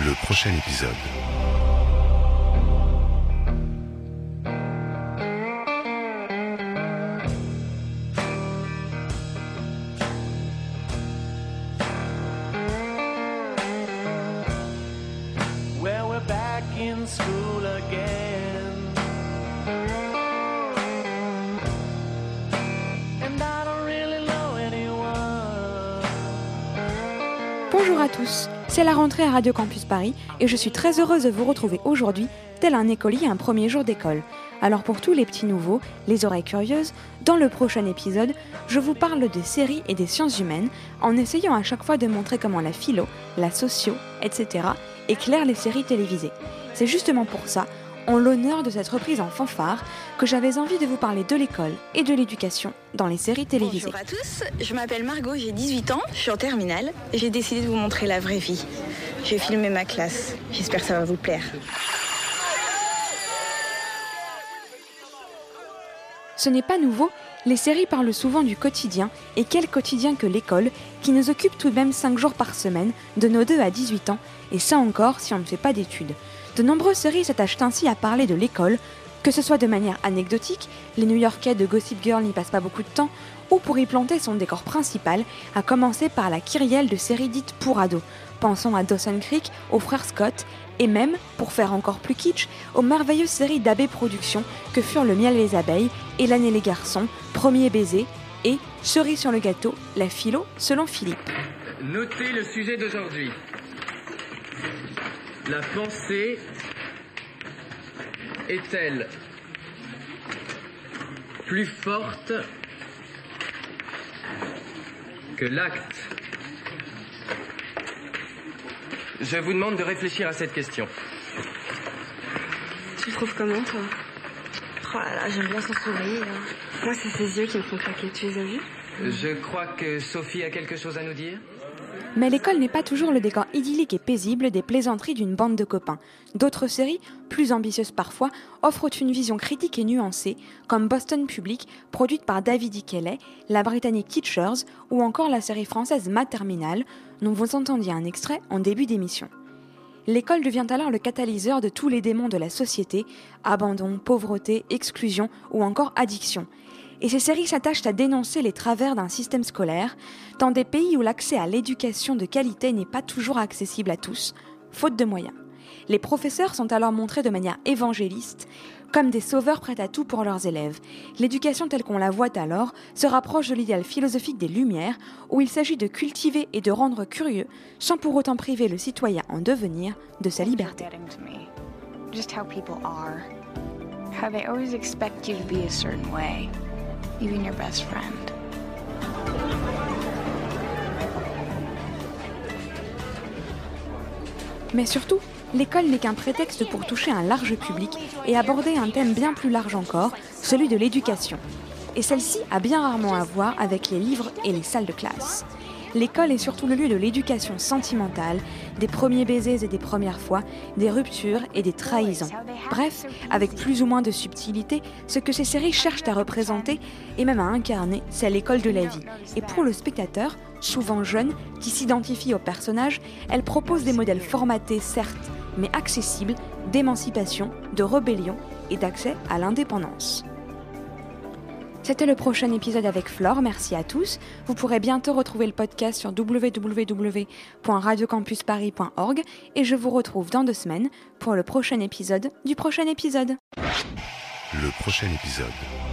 Le prochain épisode. Well, we're back in school again, and I don't really know anyone. Bonjour à tous, c'est la rentrée à Radio Campus Paris et je suis très heureuse de vous retrouver aujourd'hui, tel un écolier un premier jour d'école. Alors pour tous les petits nouveaux, les oreilles curieuses, dans le prochain épisode, je vous parle des séries et des sciences humaines en essayant à chaque fois de montrer comment la philo, la socio, etc. éclairent les séries télévisées. C'est justement pour ça, en l'honneur de cette reprise en fanfare, que j'avais envie de vous parler de l'école et de l'éducation dans les séries télévisées. Bonjour à tous, je m'appelle Margot, j'ai 18 ans, je suis en terminale. J'ai décidé de vous montrer la vraie vie. J'ai filmé ma classe, j'espère que ça va vous plaire. Ce n'est pas nouveau, les séries parlent souvent du quotidien, et quel quotidien que l'école, qui nous occupe tout de même 5 jours par semaine, de nos 2 à 18 ans, et ça encore si on ne fait pas d'études. De nombreuses séries s'attachent ainsi à parler de l'école, que ce soit de manière anecdotique, les New-Yorkais de Gossip Girl n'y passent pas beaucoup de temps, ou pour y planter son décor principal, à commencer par la kyrielle de séries dites pour ados. Pensons à Dawson's Creek, aux frères Scott, et même, pour faire encore plus kitsch, aux merveilleuses séries d'AB Productions que furent Le miel et les abeilles, Hélène et les garçons, Premier baiser, et, cerise sur le gâteau, la philo selon Philippe. Notez le sujet d'aujourd'hui. La pensée est-elle plus forte que l'acte? Je vous demande de réfléchir à cette question. Tu le trouves comment, toi? Oh là là, j'aime bien son sourire. Moi, c'est ses yeux qui me font claquer. Tu les as vus? Je crois que Sophie a quelque chose à nous dire. Mais l'école n'est pas toujours le décor idyllique et paisible des plaisanteries d'une bande de copains. D'autres séries, plus ambitieuses parfois, offrent une vision critique et nuancée, comme Boston Public, produite par David E. Kelley, la britannique Teachers, ou encore la série française Ma Terminale, dont vous entendiez un extrait en début d'émission. L'école devient alors le catalyseur de tous les démons de la société, abandon, pauvreté, exclusion ou encore addiction. Et ces séries s'attachent à dénoncer les travers d'un système scolaire, dans des pays où l'accès à l'éducation de qualité n'est pas toujours accessible à tous, faute de moyens. Les professeurs sont alors montrés de manière évangéliste, comme des sauveurs prêts à tout pour leurs élèves. L'éducation telle qu'on la voit alors se rapproche de l'idéal philosophique des Lumières, où il s'agit de cultiver et de rendre curieux, sans pour autant priver le citoyen en devenir de sa liberté. Just how people are. How they always expect you to be a certain way. Even your best friend. Mais surtout, l'école n'est qu'un prétexte pour toucher un large public et aborder un thème bien plus large encore, celui de l'éducation. Et celle-ci a bien rarement à voir avec les livres et les salles de classe. L'école est surtout le lieu de l'éducation sentimentale, des premiers baisers et des premières fois, des ruptures et des trahisons. Bref, avec plus ou moins de subtilité, ce que ces séries cherchent à représenter et même à incarner, c'est l'école de la vie. Et pour le spectateur, souvent jeune, qui s'identifie au personnage, elle propose des modèles formatés, certes, mais accessibles, d'émancipation, de rébellion et d'accès à l'indépendance. C'était le prochain épisode avec Flore, merci à tous. Vous pourrez bientôt retrouver le podcast sur www.radiocampusparis.org et je vous retrouve dans 2 semaines pour le prochain épisode du prochain épisode. Le prochain épisode.